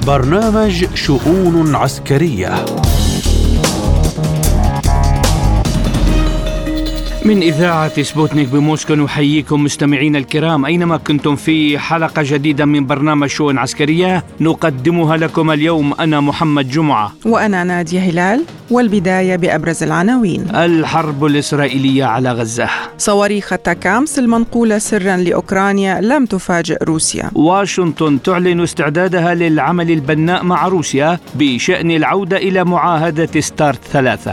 برنامج شؤون عسكرية من إذاعة سبوتنيك بموسكو. نحييكم مستمعينا الكرام أينما كنتم في حلقة جديدة من برنامج شؤون عسكرية نقدمها لكم اليوم. أنا محمد جمعة وأنا نادية هلال. والبداية بأبرز العناوين. الحرب الإسرائيلية على غزة. صواريخ التاكامس المنقولة سرا لأوكرانيا لم تفاجئ روسيا. واشنطن تعلن استعدادها للعمل البناء مع روسيا بشأن العودة إلى معاهدة ستارت 3.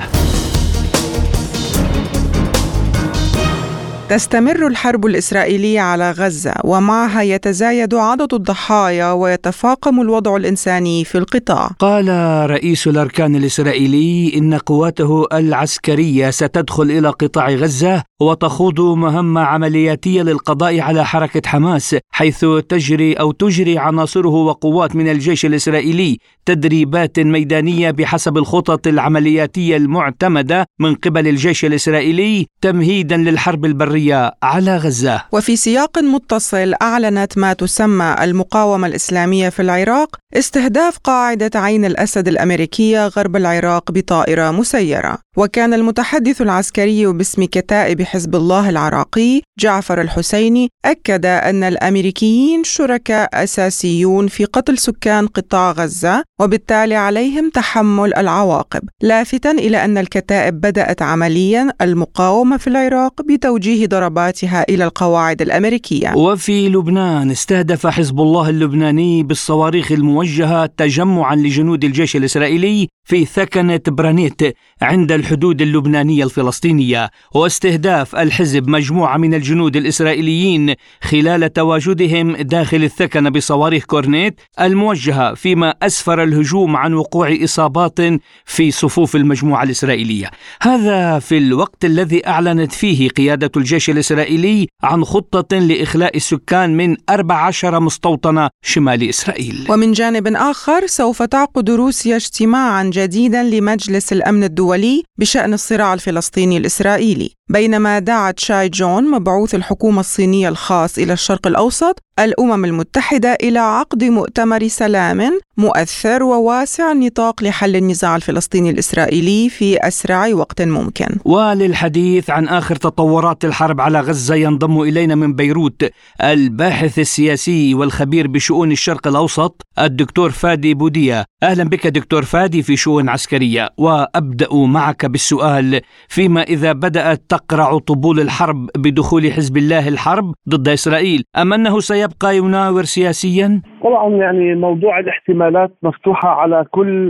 تستمر الحرب الإسرائيلية على غزة ومعها يتزايد عدد الضحايا ويتفاقم الوضع الإنساني في القطاع. قال رئيس الأركان الإسرائيلي إن قواته العسكرية ستدخل إلى قطاع غزة وتخوض مهمة عملياتية للقضاء على حركة حماس، حيث تجري عناصره وقوات من الجيش الإسرائيلي تدريبات ميدانية بحسب الخطط العملياتية المعتمدة من قبل الجيش الإسرائيلي تمهيدا للحرب البرية على غزة. وفي سياق متصل، أعلنت ما تسمى المقاومة الإسلامية في العراق استهداف قاعدة عين الأسد الأمريكية غرب العراق بطائرة مسيرة. وكان المتحدث العسكري باسم كتائب حزب الله العراقي جعفر الحسيني أكد أن الأمريكيين شركاء أساسيون في قتل سكان قطاع غزة وبالتالي عليهم تحمل العواقب، لافتاً إلى أن الكتائب بدأت عملياً المقاومة في العراق بتوجيه ضرباتها إلى القواعد الأمريكية. وفي لبنان استهدف حزب الله اللبناني بالصواريخ الموجهة تجمعاً لجنود الجيش الإسرائيلي في ثكنة برانيت عند الحدود اللبنانية الفلسطينية، واستهداف الحزب مجموعة من الجنود الإسرائيليين خلال تواجدهم داخل الثكنة بصواريخ كورنيت الموجهة، فيما أسفر الهجوم عن وقوع إصابات في صفوف المجموعة الإسرائيلية. هذا في الوقت الذي أعلنت فيه قيادة الجيش الإسرائيلي عن خطة لإخلاء السكان من 14 مستوطنة شمال إسرائيل. ومن جانب آخر، سوف تعقد روسيا اجتماعا جديدا لمجلس الأمن الدولي بشأن الصراع الفلسطيني الإسرائيلي، بينما دعت شاي جون مبعوث الحكومة الصينية الخاص إلى الشرق الأوسط الأمم المتحدة إلى عقد مؤتمر سلام مؤثر وواسع النطاق لحل النزاع الفلسطيني الإسرائيلي في أسرع وقت ممكن. وللحديث عن آخر تطورات الحرب على غزة ينضم إلينا من بيروت الباحث السياسي والخبير بشؤون الشرق الأوسط الدكتور فادي بودية. أهلا بك دكتور فادي في شؤون عسكرية. وأبدأ معك بالسؤال، فيما إذا بدأت تقرع طبول الحرب بدخول حزب الله الحرب ضد إسرائيل، أم أنه سيبقى يناور سياسيا؟ طبعا يعني موضوع الاحتمالات مفتوحة على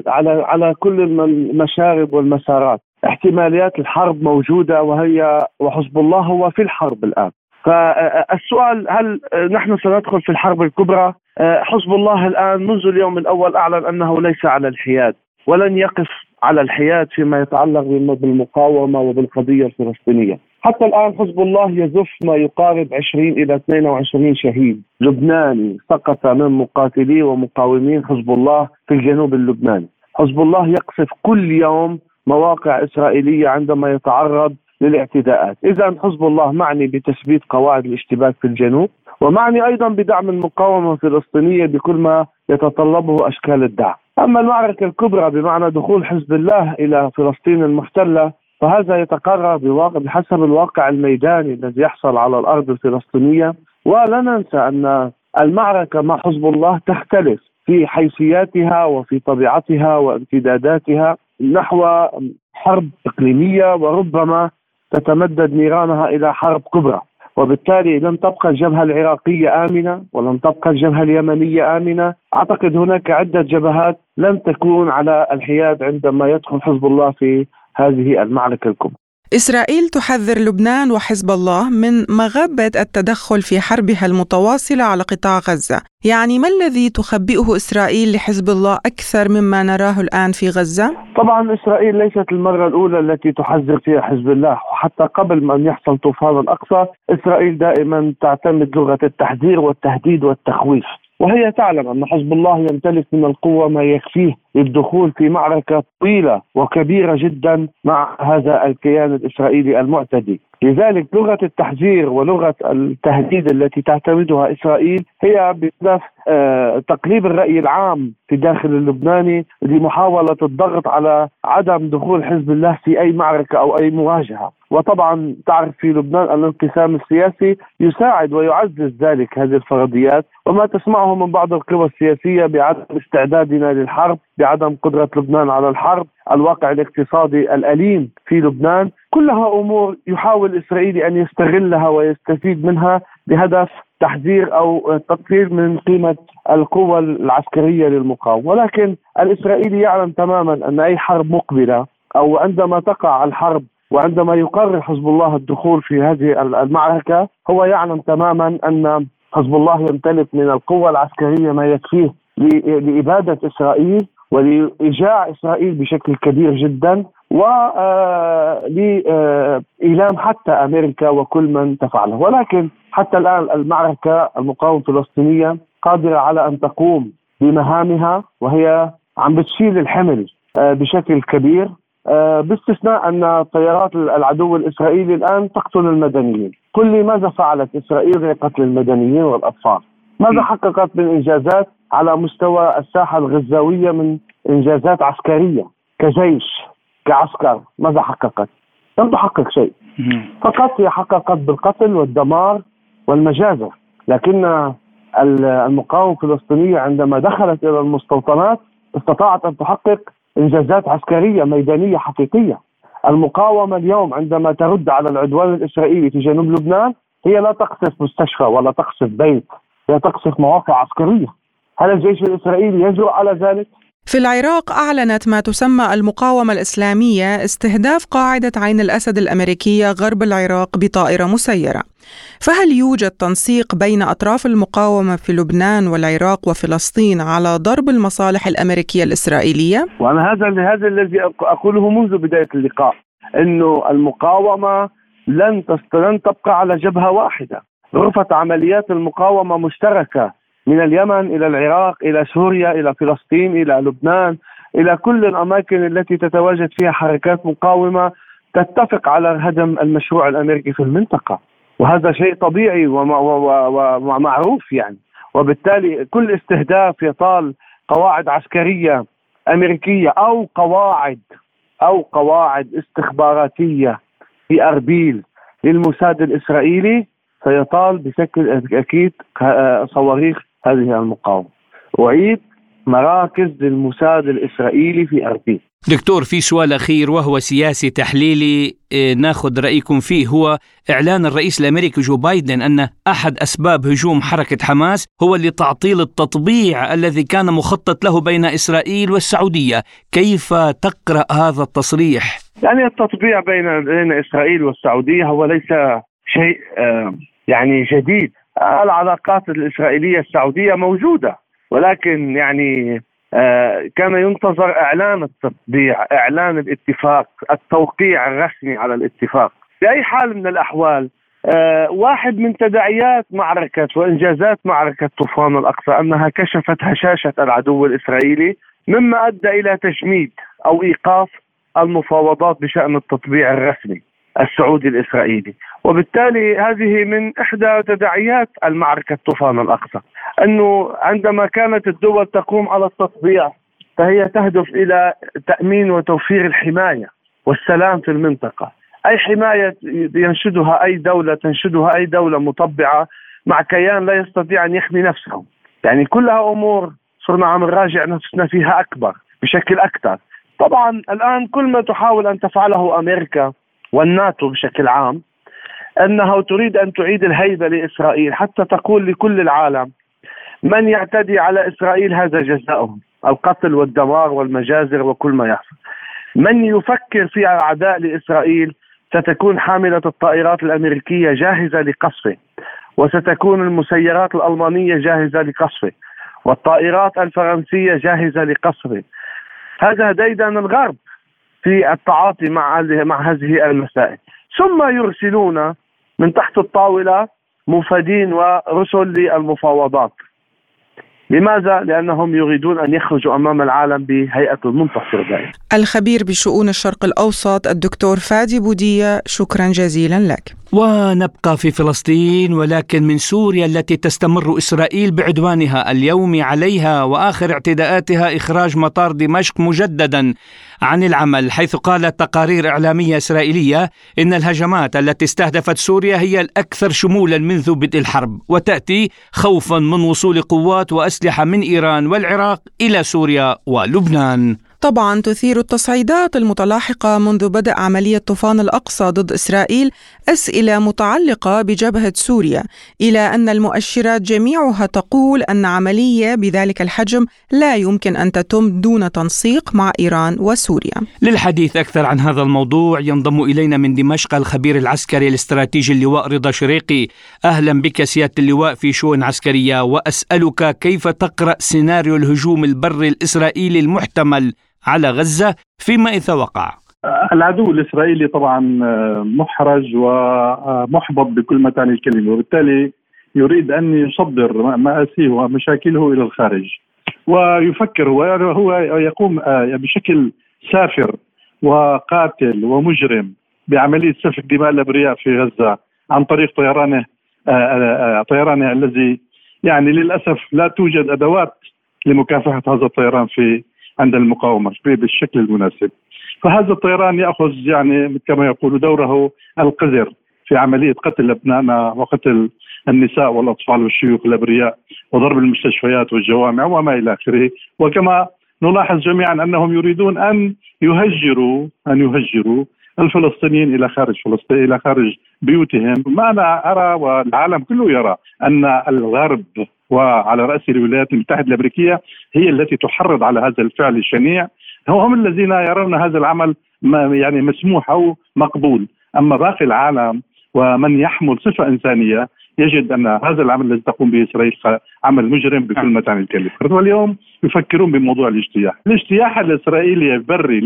كل المشارب والمسارات. احتماليات الحرب موجودة وحزب الله هو في الحرب الآن. فالسؤال، هل نحن سندخل في الحرب الكبرى؟ حزب الله الآن منذ اليوم الأول أعلن أنه ليس على الحياد ولن يقف على الحياد فيما يتعلق بالمقاومة وبالقضية الفلسطينية. حتى الآن حزب الله يزف ما يقارب 20 إلى 22 شهيد لبناني سقط من مقاتلي ومقاومين حزب الله في الجنوب اللبناني. حزب الله يقصف كل يوم مواقع إسرائيلية عندما يتعرض للاعتداءات. إذن حزب الله معني بتثبيت قواعد الاشتباك في الجنوب، ومعني أيضا بدعم المقاومة الفلسطينية بكل ما يتطلبه أشكال الدعم. أما المعركة الكبرى بمعنى دخول حزب الله إلى فلسطين المحتلة، فهذا يتقرر بحسب الواقع الميداني الذي يحصل على الأرض الفلسطينية. ولا ننسى أن المعركة مع حزب الله تختلف في حيثياتها وفي طبيعتها وامتداداتها نحو حرب إقليمية، وربما تتمدد نيرانها إلى حرب كبرى. وبالتالي لن تبقى الجبهة العراقية آمنة ولن تبقى الجبهة اليمنية آمنة. أعتقد هناك عدة جبهات لن تكون على الحياد عندما يدخل حزب الله في هذه المعركة الكبرى. إسرائيل تحذر لبنان وحزب الله من مغبة التدخل في حربها المتواصلة على قطاع غزة. يعني ما الذي تخبئه إسرائيل لحزب الله أكثر مما نراه الآن في غزة؟ طبعا إسرائيل ليست المرة الأولى التي تحذر فيها حزب الله، وحتى قبل ما يحصل طوفان الأقصى إسرائيل دائما تعتمد لغة التحذير والتهديد والتخويف. وهي تعلم أن حزب الله يمتلك من القوة ما يكفيه للدخول في معركة طويلة وكبيرة جدا مع هذا الكيان الإسرائيلي المعتدي. لذلك لغة التحذير ولغة التهديد التي تعتمدها إسرائيل هي بهدف تقليب الرأي العام في الداخل اللبناني لمحاولة الضغط على عدم دخول حزب الله في أي معركة أو أي مواجهة. وطبعا تعرف في لبنان الانقسام السياسي يساعد ويعزز ذلك هذه الفرضيات، وما تسمعه من بعض القوى السياسية بعدم استعدادنا للحرب، بعدم قدرة لبنان على الحرب، الواقع الاقتصادي الأليم في لبنان، كلها أمور يحاول الإسرائيلي أن يستغلها ويستفيد منها بهدف تحذير أو تقليل من قيمة القوة العسكرية للمقاومة. ولكن الإسرائيلي يعلم تماما أن أي حرب مقبلة أو عندما تقع الحرب وعندما يقرر حزب الله الدخول في هذه المعركة، هو يعلم تماما أن حزب الله يمتلك من القوة العسكرية ما يكفيه لإبادة إسرائيل ولإيجاع إسرائيل بشكل كبير جدا، ولإيلام حتى أمريكا وكل من تفعله. ولكن حتى الآن المعركة المقاومة الفلسطينية قادرة على أن تقوم بمهامها، وهي عم بتشيل الحمل بشكل كبير، باستثناء أن طيارات العدو الإسرائيلي الآن تقتل المدنيين. قل لي ماذا فعلت إسرائيل لقتل المدنيين والأطفال؟ ماذا حققت من إنجازات على مستوى الساحة الغزاوية من إنجازات عسكرية كجيش كعسكر؟ ماذا حققت؟ لم تحقق شيء، فقط هي حققت بالقتل والدمار والمجازر. لكن المقاومة الفلسطينية عندما دخلت إلى المستوطنات استطاعت أن تحقق إنجازات عسكرية ميدانية حقيقية. المقاومة اليوم عندما ترد على العدوان الإسرائيلي في جنوب لبنان هي لا تقصف مستشفى ولا تقصف بيت، هي تقصف مواقع عسكرية. هل الجيش الإسرائيلي يجرؤ على ذلك؟ في العراق أعلنت ما تسمى المقاومة الإسلامية استهداف قاعدة عين الأسد الأمريكية غرب العراق بطائرة مسيرة، فهل يوجد تنسيق بين أطراف المقاومة في لبنان والعراق وفلسطين على ضرب المصالح الأمريكية الإسرائيلية؟ وأنا هذا الذي أقوله منذ بداية اللقاء، إنه المقاومة لن تبقى على جبهة واحدة. غرفة عمليات المقاومة مشتركة من اليمن إلى العراق إلى سوريا إلى فلسطين إلى لبنان، إلى كل الأماكن التي تتواجد فيها حركات مقاومة تتفق على هدم المشروع الأمريكي في المنطقة، وهذا شيء طبيعي ومعروف يعني. وبالتالي كل استهداف يطال قواعد عسكرية أمريكية أو قواعد استخباراتية في أربيل للموساد الإسرائيلي سيطال بشكل أكيد صواريخ هذه المقاومة. أعيد: مراكز للموساد الإسرائيلي في أربيل. دكتور، في سؤال أخير وهو سياسي تحليلي ناخذ رأيكم فيه، هو إعلان الرئيس الأمريكي جو بايدن أن أحد أسباب هجوم حركة حماس هو لتعطيل التطبيع الذي كان مخطط له بين إسرائيل والسعودية. كيف تقرأ هذا التصريح؟ يعني التطبيع بين إسرائيل والسعودية هو ليس شيء يعني جديد. العلاقات الإسرائيلية السعودية موجودة، ولكن يعني كان ينتظر إعلان التطبيع، إعلان الاتفاق، التوقيع الرسمي على الاتفاق. بأي حال من الأحوال واحد من تداعيات معركة وإنجازات معركة طوفان الأقصى أنها كشفت هشاشة العدو الإسرائيلي، مما أدى إلى تجميد أو إيقاف المفاوضات بشأن التطبيع الرسمي السعودي الإسرائيلي. وبالتالي هذه من إحدى تداعيات المعركة طوفان الأقصى، أنه عندما كانت الدول تقوم على التطبيع فهي تهدف إلى تأمين وتوفير الحماية والسلام في المنطقة. أي حماية ينشدها أي دولة مطبعة مع كيان لا يستطيع أن يحمي نفسه. يعني كلها أمور صرنا عم نراجع نفسنا فيها بشكل أكثر. طبعا الآن كل ما تحاول أن تفعله أمريكا والناتو بشكل عام أنها تريد أن تعيد الهيبة لإسرائيل، حتى تقول لكل العالم من يعتدي على إسرائيل هذا جزاؤه، القتل والدمار والمجازر وكل ما يحصل. من يفكر في أعداء لإسرائيل ستكون حاملة الطائرات الأمريكية جاهزة لقصفه، وستكون المسيرات الألمانية جاهزة لقصفه، والطائرات الفرنسية جاهزة لقصفه. هذا ديدن الغرب في التعاطي مع هذه المسائل، ثم يرسلون من تحت الطاولة مفادين ورسل للمفاوضات. لماذا؟ لأنهم يريدون أن يخرجوا أمام العالم بهيئة المنتصر دائما. الخبير بشؤون الشرق الأوسط الدكتور فادي بودية، شكرا جزيلا لك. ونبقى في فلسطين، ولكن من سوريا التي تستمر إسرائيل بعدوانها اليومي عليها، وآخر اعتداءاتها إخراج مطار دمشق مجددا عن العمل، حيث قالت تقارير إعلامية إسرائيلية إن الهجمات التي استهدفت سوريا هي الأكثر شمولا منذ بدء الحرب، وتأتي خوفا من وصول قوات وأسلحة من إيران والعراق إلى سوريا ولبنان. طبعا تثير التصعيدات المتلاحقة منذ بدء عملية طوفان الأقصى ضد إسرائيل أسئلة متعلقة بجبهة سوريا، إلى أن المؤشرات جميعها تقول أن عملية بذلك الحجم لا يمكن أن تتم دون تنسيق مع إيران وسوريا. للحديث أكثر عن هذا الموضوع ينضم إلينا من دمشق الخبير العسكري الاستراتيجي اللواء رضا شريقي. أهلا بك سيادة اللواء في شؤون عسكرية، وأسألك كيف تقرأ سيناريو الهجوم البري الإسرائيلي المحتمل على غزة فيما إذا وقع؟ العدو الإسرائيلي طبعا محرج ومحبط بكل معاني الكلمة، وبالتالي يريد أن يصدر مآسيه ومشاكله إلى الخارج، ويفكر هو يقوم بشكل سافر وقاتل ومجرم بعملية سفك دماء الأبرياء في غزة عن طريق طيرانه الذي يعني للأسف لا توجد أدوات لمكافحة هذا الطيران عند المقاومة بالشكل المناسب. فهذا الطيران يأخذ يعني كما يقول دوره القذر في عملية قتل أبنائنا وقتل النساء والأطفال والشيوخ الأبرياء وضرب المستشفيات والجوامع وما إلى آخره. وكما نلاحظ جميعا أنهم يريدون أن يهجروا الفلسطينيين إلى خارج فلسطين، إلى خارج بيوتهم. ما أنا أرى والعالم كله يرى أن الغرب وعلى رأس الولايات المتحدة الأمريكية هي التي تحرض على هذا الفعل الشنيع. هم الذين يرون هذا العمل يعني مسموح أو مقبول، أما باقي العالم ومن يحمل صفة إنسانية يجد أن هذا العمل الذي تقوم به إسرائيل عمل مجرم بكل ما تعني الكلمة. واليوم يفكرون بموضوع الاجتياح الإسرائيلي البري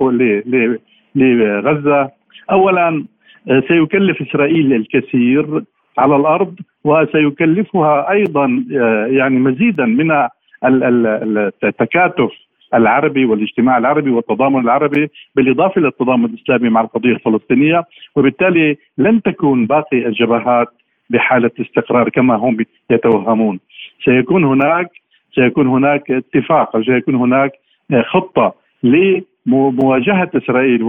لغزة. أولا سيكلف إسرائيل الكثير على الأرض، وسيكلفها أيضا يعني مزيدا من التكاتف العربي والاجتماع العربي والتضامن العربي، بالإضافة للتضامن الإسلامي مع القضية الفلسطينية. وبالتالي لن تكون باقي الجبهات بحالة استقرار كما هم يتوهمون. سيكون هناك اتفاق، أو سيكون هناك خطة لمواجهة إسرائيل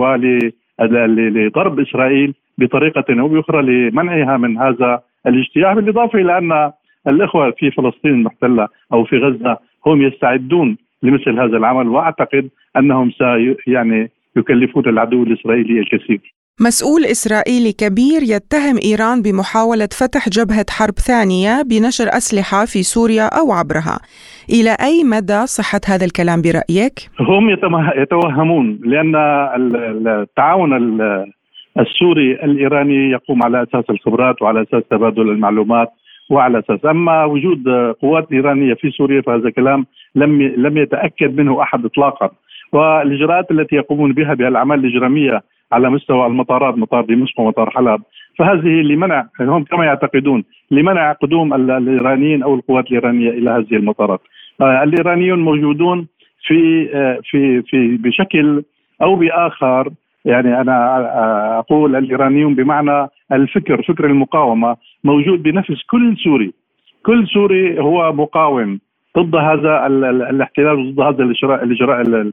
ولضرب إسرائيل بطريقة أو بأخرى لمنعها من هذا الاجتياح، بالإضافة إلى أن الإخوة في فلسطين المحتلة أو في غزة هم يستعدون لمثل هذا العمل، وأعتقد أنهم يعني يكلفون العدو الإسرائيلي الكثير. مسؤول إسرائيلي كبير يتهم إيران بمحاولة فتح جبهة حرب ثانية بنشر أسلحة في سوريا أو عبرها. إلى أي مدى صحة هذا الكلام برأيك؟ هم يتوهمون، لأن التعاون السوري الإيراني يقوم على أساس الخبرات وعلى أساس تبادل المعلومات وعلى أساس، أما وجود قوات إيرانية في سوريا فهذا كلام لم يتأكد منه أحد إطلاقا. والإجراءات التي يقومون بها الأعمال الإجرامية على مستوى المطارات، مطار دمشق ومطار حلب، فهذه لمنع، هم كما يعتقدون لمنع قدوم الإيرانيين أو القوات الإيرانية إلى هذه المطارات. الإيرانيون موجودون في بشكل أو بآخر، يعني أنا أقول الإيرانيون بمعنى فكر المقاومة موجود بنفس كل سوري هو مقاوم ضد هذا الاحتلال وضد هذا الإجراء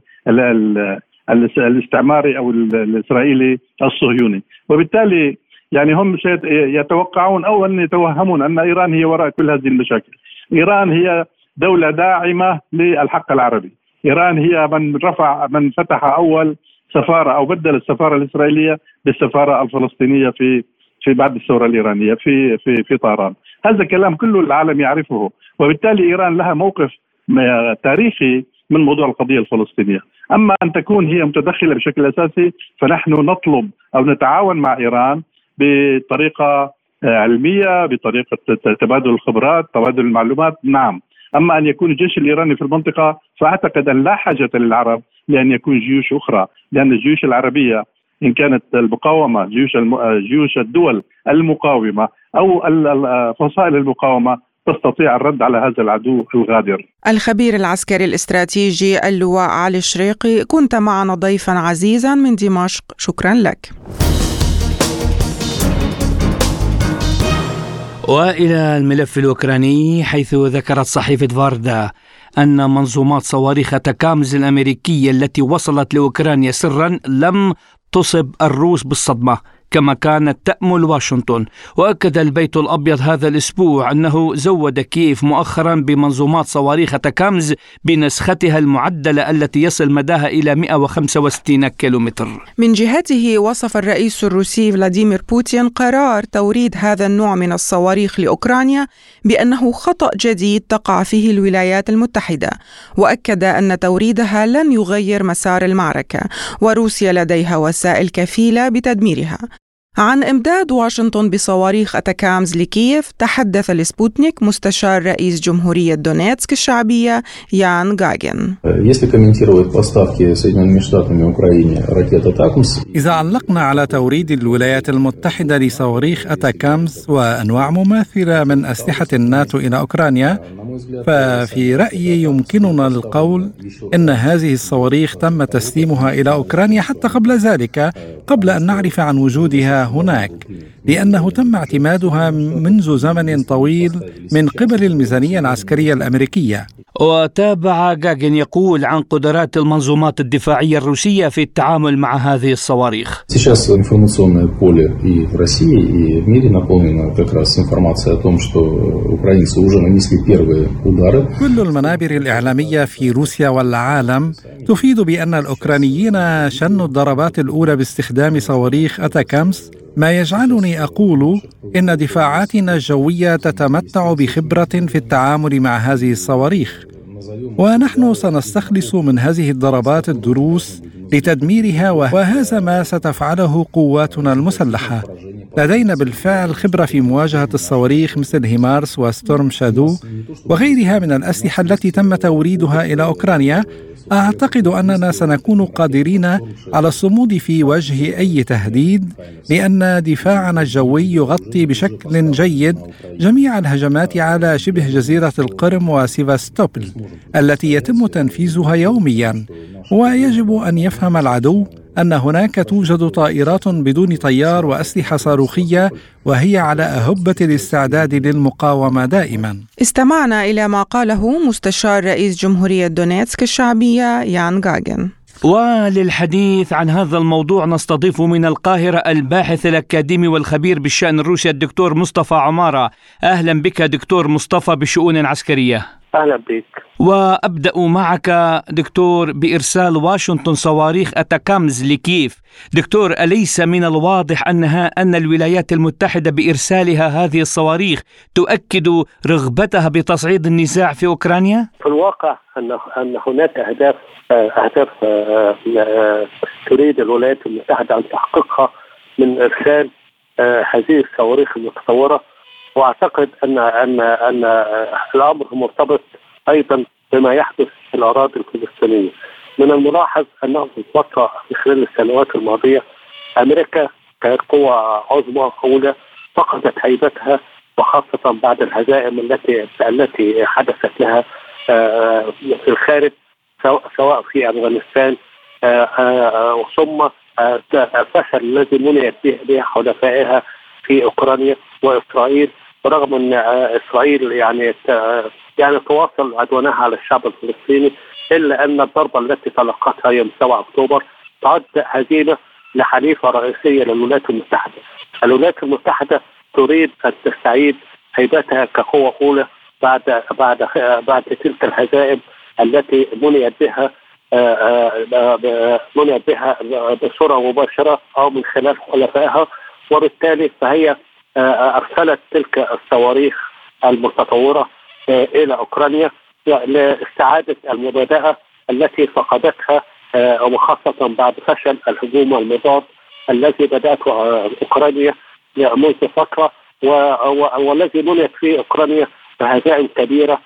الاستعماري أو الإسرائيلي الصهيوني. وبالتالي يعني هم يتوقعون أو أن يتوهمون أن إيران هي وراء كل هذه المشاكل. إيران هي دولة داعمة للحق العربي. إيران هي من فتح أول سفارة أو بدل السفارة الإسرائيلية بالسفارة الفلسطينية في بعد الثورة الإيرانية في طهران. هذا كلام كله العالم يعرفه، وبالتالي إيران لها موقف تاريخي من موضوع القضية الفلسطينية. أما أن تكون هي متدخلة بشكل أساسي فنحن نطلب أو نتعاون مع إيران بطريقة علمية، بطريقة تبادل الخبرات، تبادل المعلومات، نعم. أما أن يكون الجيش الإيراني في المنطقة فأعتقد أن لا حاجة للعرب لأن يكون جيوش أخرى، لأن الجيوش العربية إن كانت المقاومة جيوش الدول المقاومة أو فصائل المقاومة تستطيع الرد على هذا العدو الغادر. الخبير العسكري الاستراتيجي اللواء علي الشريقي، كنت معنا ضيفا عزيزا من دمشق، شكرا لك. وإلى الملف الأوكراني، حيث ذكرت صحيفة فاردا أن منظومات صواريخ أتاكامز الأمريكية التي وصلت لأوكرانيا سرا لم تصب الروس بالصدمة كما كانت تأمل واشنطن. وأكد البيت الأبيض هذا الأسبوع أنه زود كييف مؤخرا بمنظومات صواريخ أتاكامز بنسختها المعدلة التي يصل مداها إلى 165 كيلومتر. من جهته وصف الرئيس الروسي فلاديمير بوتين قرار توريد هذا النوع من الصواريخ لأوكرانيا بأنه خطأ جديد تقع فيه الولايات المتحدة، وأكد أن توريدها لن يغير مسار المعركة، وروسيا لديها وسائل كفيلة بتدميرها. عن إمداد واشنطن بصواريخ أتاكامز لكييف تحدث لسبوتنيك مستشار رئيس جمهورية دونيتسك الشعبية يان غاغين. إذا علقنا على توريد الولايات المتحدة لصواريخ أتاكامز وأنواع مماثلة من أسلحة الناتو إلى أوكرانيا، ففي رأيي يمكننا القول إن هذه الصواريخ تم تسليمها إلى أوكرانيا حتى قبل ذلك، قبل أن نعرف عن وجودها هناك، لأنه تم اعتمادها منذ زمن طويل من قبل الميزانية العسكرية الأمريكية. وتابع غاغين يقول عن قدرات المنظومات الدفاعية الروسية في التعامل مع هذه الصواريخ. كل المنابر الإعلامية في روسيا والعالم تفيد بأن الأوكرانيين شنوا الضربات الأولى باستخدام صواريخ أتاكامز، ما يجعلني أقول إن دفاعاتنا الجوية تتمتع بخبرة في التعامل مع هذه الصواريخ، ونحن سنستخلص من هذه الضربات الدروس لتدميرها، وهذا ما ستفعله قواتنا المسلحة. لدينا بالفعل خبرة في مواجهة الصواريخ مثل هيمارس وستورم شادو وغيرها من الأسلحة التي تم توريدها إلى أوكرانيا. أعتقد أننا سنكون قادرين على الصمود في وجه أي تهديد، لأن دفاعنا الجوي يغطي بشكل جيد جميع الهجمات على شبه جزيرة القرم وسيفاستوبل التي يتم تنفيذها يوميا. ويجب أن يفهم العدو أن هناك توجد طائرات بدون طيار وأسلحة صاروخية، وهي على أهبة الاستعداد للمقاومة دائما. استمعنا إلى ما قاله مستشار رئيس جمهورية دونيتسك الشعبية يان غاغين. وللحديث عن هذا الموضوع نستضيف من القاهرة الباحث الأكاديمي والخبير بالشأن الروسي الدكتور مصطفى عمارة. أهلا بك دكتور مصطفى بشؤون عسكرية. أهلا بك. وأبدأ معك دكتور بإرسال واشنطن صواريخ أتاكامز لكييف. دكتور، أليس من الواضح أن الولايات المتحدة بإرسالها هذه الصواريخ تؤكد رغبتها بتصعيد النزاع في أوكرانيا؟ في الواقع أن هناك أهداف تريد الولايات المتحدة أن تحققها من إرسال هذه الصواريخ المتطورة، وأعتقد أن الأمر مرتبط أيضا بما يحدث في الأراضي الفلسطينية. من الملاحظ أنه في الفترة خلال السنوات الماضية أمريكا كانت قوة عظمى أولى فقدت هيبتها، وخاصة بعد الهزائم التي حدثت لها في الخارج، سواء في أفغانستان ثم الفشل الذي منعت به حلفائها في أوكرانيا وإسرائيل، ورغم أن إسرائيل يعني تواصل عدوانها على الشعب الفلسطيني، إلا أن الضربة التي تلقتها يوم 7 أكتوبر تعد هزيمة لحليفة رئيسية للولايات المتحدة. الولايات المتحدة تريد أن تستعيد هيبتها كقوة أولى بعد تلك الهزائم التي منعت بها بصورة مباشرة أو من خلال حلفائها، وبالتالي فهي أرسلت تلك الصواريخ المتطورة إلى أوكرانيا لاستعادة المبادئة التي فقدتها، وخاصة بعد فشل الهجوم المضاد الذي بدأته أوكرانيا منذ فترة، والذي منعت في أوكرانيا بهزائم كبيرة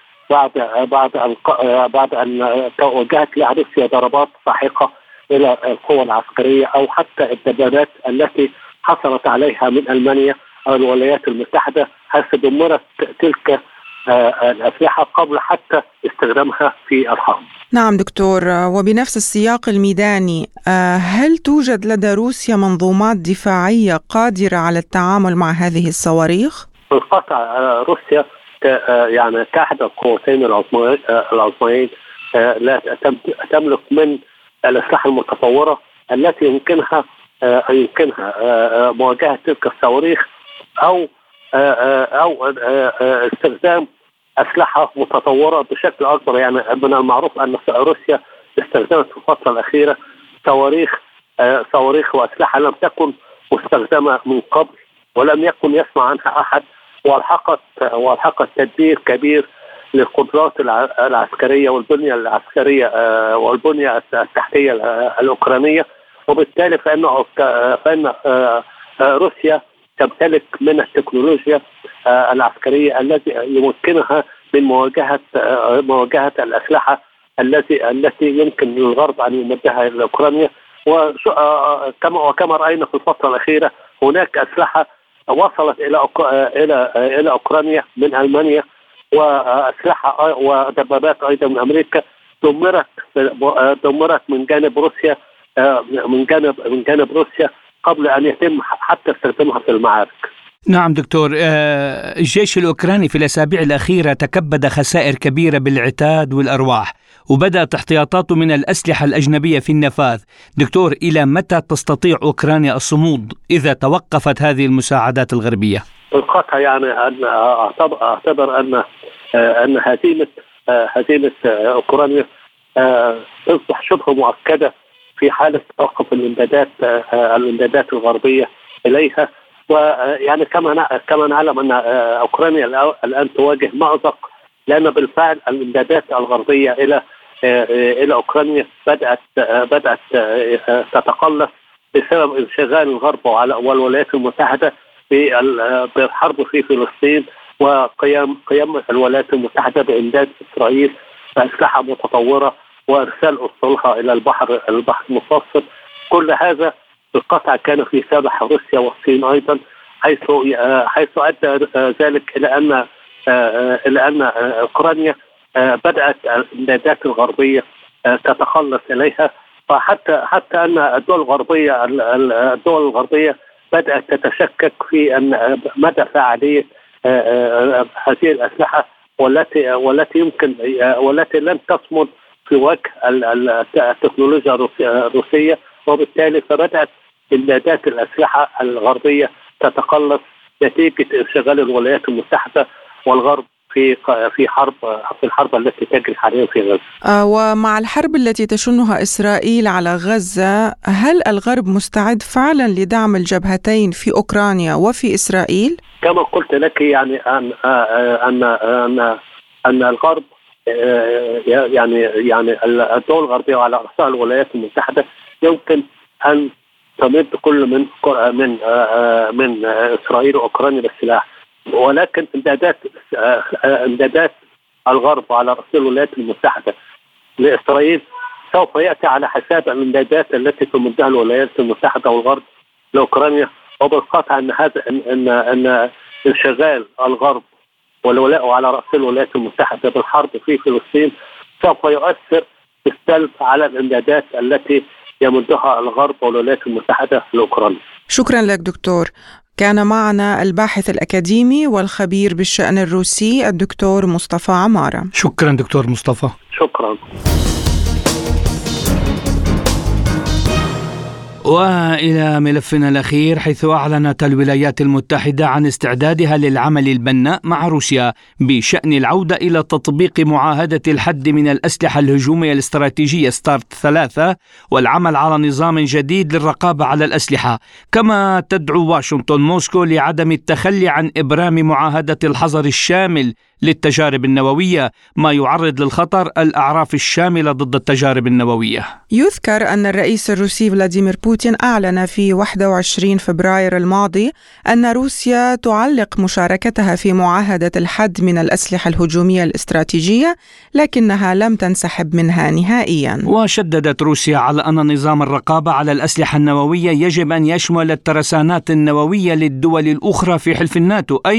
بعد أن توجهت لها روسيا ضربات ساحقة إلى القوى العسكرية أو حتى الدبابات التي حصلت عليها من ألمانيا أو الولايات المتحدة، حيث دمرت تلك الأسلحة قبل حتى استخدامها في الحرب. نعم دكتور، وبنفس السياق الميداني، هل توجد لدى روسيا منظومات دفاعية قادرة على التعامل مع هذه الصواريخ؟ بالقطع روسيا يعني كأحد القوتين العظميين لا تملك من الأسلحة المتطورة التي يمكنها مواجهة تلك الصواريخ أو استخدام أسلحة متطورة بشكل أكبر. يعني من المعروف أن روسيا استخدمت في الفترة الأخيرة صواريخ وأسلحة لم تكن مستخدمة من قبل ولم يكن يسمع عنها أحد، والحقت تدبير كبير للقدرات العسكرية والبنية العسكرية والبنية التحتية الأوكرانية. وبالتالي فإن روسيا تمتلك من التكنولوجيا العسكرية التي يمكنها من مواجهة الأسلحة التي يمكن للغرب أن يمدها إلى أوكرانيا. وكما رأينا في الفترة الأخيرة هناك أسلحة وصلت إلى أوكرانيا من ألمانيا، وأسلحة ودبابات أيضا من أمريكا دمرت من جانب روسيا من جانب روسيا قبل أن يتم حتى استخدامها في المعارك. نعم دكتور، الجيش الأوكراني في الأسابيع الأخيرة تكبد خسائر كبيرة بالعتاد والأرواح، وبدأت احتياطاته من الأسلحة الأجنبية في النفاذ. دكتور، إلى متى تستطيع أوكرانيا الصمود إذا توقفت هذه المساعدات الغربية؟ بالقطع يعني أعتبر أن هزيمة أوكرانيا تصبح شبه مؤكدة في حالة توقف الإمدادات الغربية إليها. ويعني كما نعلم أن أوكرانيا الآن تواجه مأزق، لأن بالفعل الإمدادات الغربية إلى أوكرانيا بدأت تتقلص بسبب انشغال الغرب والولايات المتحدة بالحرب في فلسطين، وقيام الولايات المتحدة بإمداد إسرائيل بأسلحة متطورة وإرسال أسطولها إلى البحر المتوسط. كل هذا بالقطع كان في سابح روسيا والصين أيضا، حيث أدى ذلك إلى أن أوكرانيا بدأت الإمدادات الغربية تتخلص إليها، حتى أن الدول الغربية بدأت تتشكك في أن مدى فعالية هذه الأسلحة والتي لن تصمد في وجه التكنولوجيا الروسية. وبالتالي فبدأت إمدادات الأسلحة الغربية تتقلص نتيجة انشغال الولايات المتحدة والغرب في الحرب التي تجري حاليا في غزة. ومع الحرب التي تشنها إسرائيل على غزة، هل الغرب مستعد فعلا لدعم الجبهتين في أوكرانيا وفي إسرائيل؟ كما قلت لك يعني أن الغرب يعني الدول الغربية وعلى رأسها الولايات المتحدة يمكن أن تمد كل من إسرائيل وأوكرانيا بالسلاح، ولكن امدادات الغرب على رأس الولايات المتحدة لإسرائيل سوف يأتي على حساب الامدادات التي تمدها الولايات المتحدة والغرب لأوكرانيا. وبالقطع أن انشغال الغرب والولاء على رأس الولايات المتحدة بالحرب في فلسطين سوف يؤثر بالسلب على الامدادات التي يمدها الغرب والولايات المتحدة لأوكرانيا. شكرا لك دكتور. كان معنا الباحث الأكاديمي والخبير بالشأن الروسي الدكتور مصطفى عمارة. شكرا دكتور مصطفى. شكرا. وإلى ملفنا الأخير، حيث أعلنت الولايات المتحدة عن استعدادها للعمل البناء مع روسيا بشأن العودة إلى تطبيق معاهدة الحد من الأسلحة الهجومية الاستراتيجية ستارت 3 والعمل على نظام جديد للرقابة على الأسلحة. كما تدعو واشنطن موسكو لعدم التخلي عن إبرام معاهدة الحظر الشامل للتجارب النووية، ما يعرض للخطر الأعراف الشاملة ضد التجارب النووية. يذكر أن الرئيس الروسي فلاديمير بوتين أعلن في 21 فبراير الماضي أن روسيا تعلق مشاركتها في معاهدة الحد من الأسلحة الهجومية الاستراتيجية، لكنها لم تنسحب منها نهائيا. وشددت روسيا على أن نظام الرقابة على الأسلحة النووية يجب أن يشمل الترسانات النووية للدول الأخرى في حلف الناتو، أي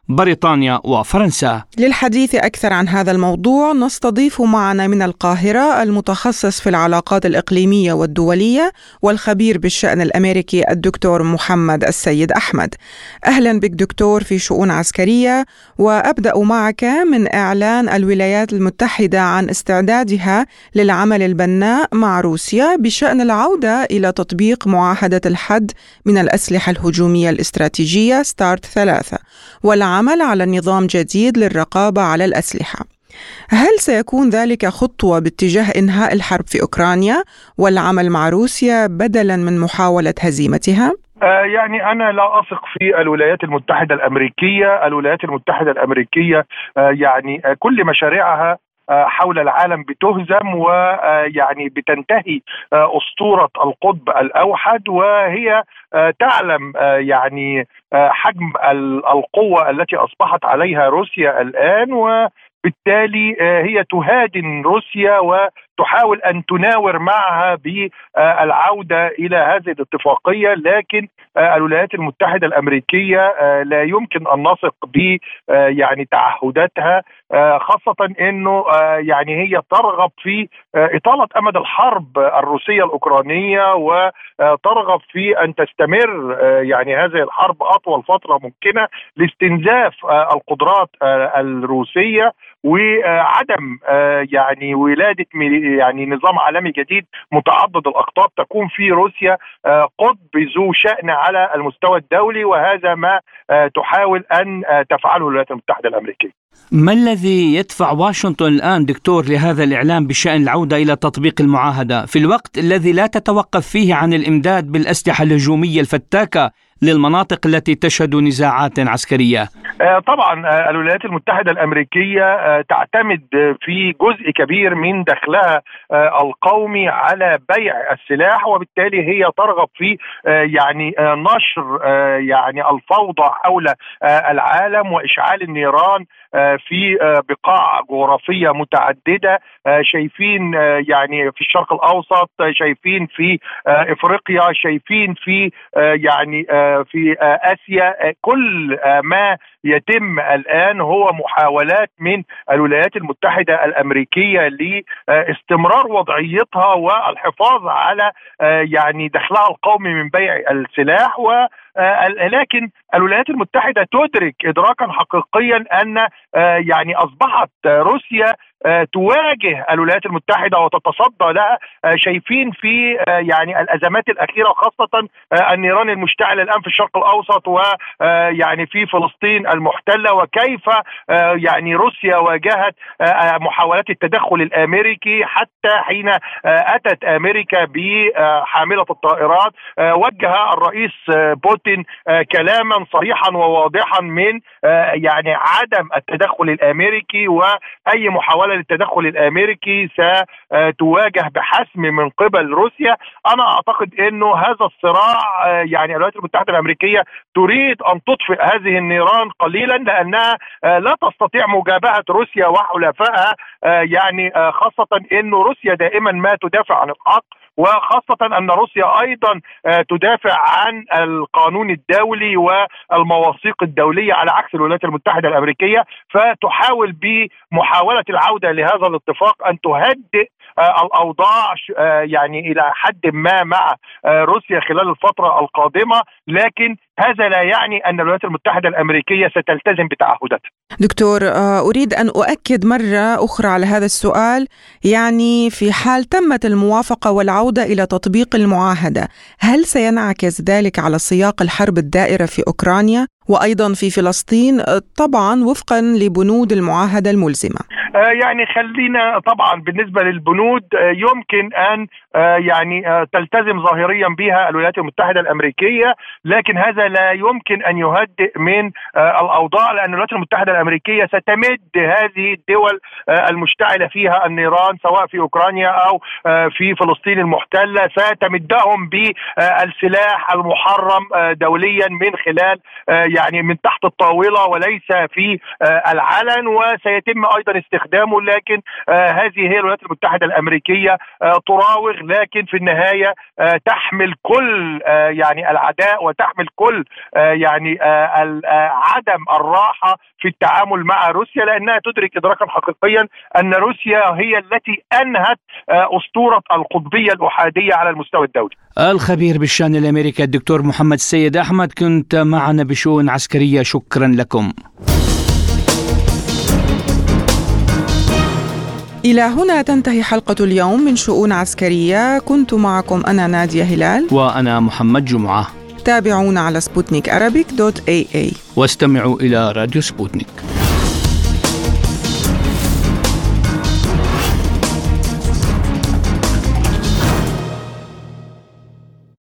بريطانيا وفرنسا. للحديث أكثر عن هذا الموضوع نستضيف معنا من القاهرة المتخصص في العلاقات الإقليمية والدولية والخبير بالشأن الأمريكي الدكتور محمد السيد أحمد. أهلا بك دكتور في شؤون عسكرية، وأبدأ معك من إعلان الولايات المتحدة عن استعدادها للعمل البناء مع روسيا بشأن العودة إلى تطبيق معاهدة الحد من الأسلحة الهجومية الاستراتيجية ستارت 3 والعمل على نظام جديد للرقابة على الأسلحة. هل سيكون ذلك خطوة باتجاه إنهاء الحرب في أوكرانيا والعمل مع روسيا بدلاً من محاولة هزيمتها؟ يعني أنا لا أثق في الولايات المتحدة الأمريكية. الولايات المتحدة الأمريكية يعني كل مشاريعها حول العالم بتهزم، ويعني بتنتهي أسطورة القطب الأوحد، وهي تعلم يعني حجم القوة التي أصبحت عليها روسيا الآن، وبالتالي هي تهادن روسيا وتحاول أن تناور معها بالعودة إلى هذه الاتفاقية. لكن الولايات المتحدة الأمريكية لا يمكن أن نثق ب يعني تعهداتها، خاصة أنه يعني هي ترغب في إطالة أمد الحرب الروسية الأوكرانية، وترغب في أن تستمر يعني هذه الحرب أطول فترة ممكنة لاستنزاف القدرات الروسية وعدم يعني ولادة يعني نظام عالمي جديد متعدد الأقطاب تكون في روسيا قطب ذو شأن على المستوى الدولي، وهذا ما تحاول أن تفعله الولايات المتحدة الأمريكية. ما الذي يدفع واشنطن الآن دكتور لهذا الإعلان بشأن العودة إلى تطبيق المعاهدة في الوقت الذي لا تتوقف فيه عن الإمداد بالأسلحة الهجومية الفتاكة للمناطق التي تشهد نزاعات عسكرية؟ طبعا الولايات المتحدة الأمريكية تعتمد في جزء كبير من دخلها القومي على بيع السلاح، وبالتالي هي ترغب في يعني نشر يعني الفوضى حول العالم وإشعال النيران في بقاع جغرافية متعددة. شايفين يعني في الشرق الأوسط، شايفين في إفريقيا، شايفين في يعني في آسيا. كل ما يتم الآن هو محاولات من الولايات المتحدة الأمريكية لاستمرار وضعيتها والحفاظ على يعني دخلها القومي من بيع السلاح. لكن الولايات المتحدة تدرك إدراكا حقيقيا أن يعني أصبحت روسيا تواجه الولايات المتحدة وتتصدى لها. شايفين في يعني الأزمات الأخيرة، خاصة النيران المشتعلة الآن في الشرق الأوسط ويعني في فلسطين المحتلة، وكيف يعني روسيا واجهت محاولات التدخل الأمريكي، حتى حين أتت أمريكا بحاملة الطائرات وجه الرئيس بوتين كلاما صريحا وواضحا من يعني عدم التدخل الأمريكي، وأي محاولة للتدخل الأمريكي ستواجه بحسم من قبل روسيا. أنا أعتقد أنه هذا الصراع يعني الولايات المتحدة الأمريكية تريد أن تطفئ هذه النيران قليلا، لأنها لا تستطيع مجابهة روسيا وحلفائها، يعني خاصة أن روسيا دائما ما تدافع عن الحق، وخاصة أن روسيا أيضا تدافع عن القانون الدولي والمواثيق الدولية على عكس الولايات المتحدة الأمريكية. فتحاول بمحاولة العودة لهذا الاتفاق أن تهدئ الأوضاع يعني إلى حد ما مع روسيا خلال الفترة القادمة، لكن هذا لا يعني أن الولايات المتحدة الأمريكية ستلتزم بتعهداتها. دكتور، أريد أن أؤكد مرة أخرى على هذا السؤال. يعني في حال تمت الموافقة والعودة إلى تطبيق المعاهدة، هل سينعكس ذلك على سياق الحرب الدائرة في أوكرانيا وأيضا في فلسطين، طبعا وفقا لبنود المعاهدة الملزمة؟ يعني خلينا طبعا بالنسبة للبنود يمكن أن يعني تلتزم ظاهريا بها الولايات المتحدة الأمريكية، لكن هذا لا يمكن أن يهدئ من الأوضاع، لأن الولايات المتحدة الأمريكية ستمد هذه الدول المشتعلة فيها النيران سواء في أوكرانيا أو في فلسطين المحتلة، ستمدهم بالسلاح المحرم دوليا من خلال يعني من تحت الطاولة وليس في العلن، وسيتم أيضا استخدام استخدامه، لكن هذه هي الولايات المتحدة الأمريكية تراوغ، لكن في النهاية تحمل كل يعني العداء وتحمل كل يعني عدم الراحة في التعامل مع روسيا، لأنها تدرك إدراكا حقيقيا أن روسيا هي التي أنهت أسطورة القطبية الأحادية على المستوى الدولي. الخبير بالشأن الأمريكي الدكتور محمد السيد أحمد، كنت معنا بشؤون عسكرية، شكرا لكم. إلى هنا تنتهي حلقة اليوم من شؤون عسكرية. كنت معكم أنا نادية هلال وأنا محمد جمعة. تابعونا على سبوتنيك Arabic.aa واستمعوا إلى راديو سبوتنيك.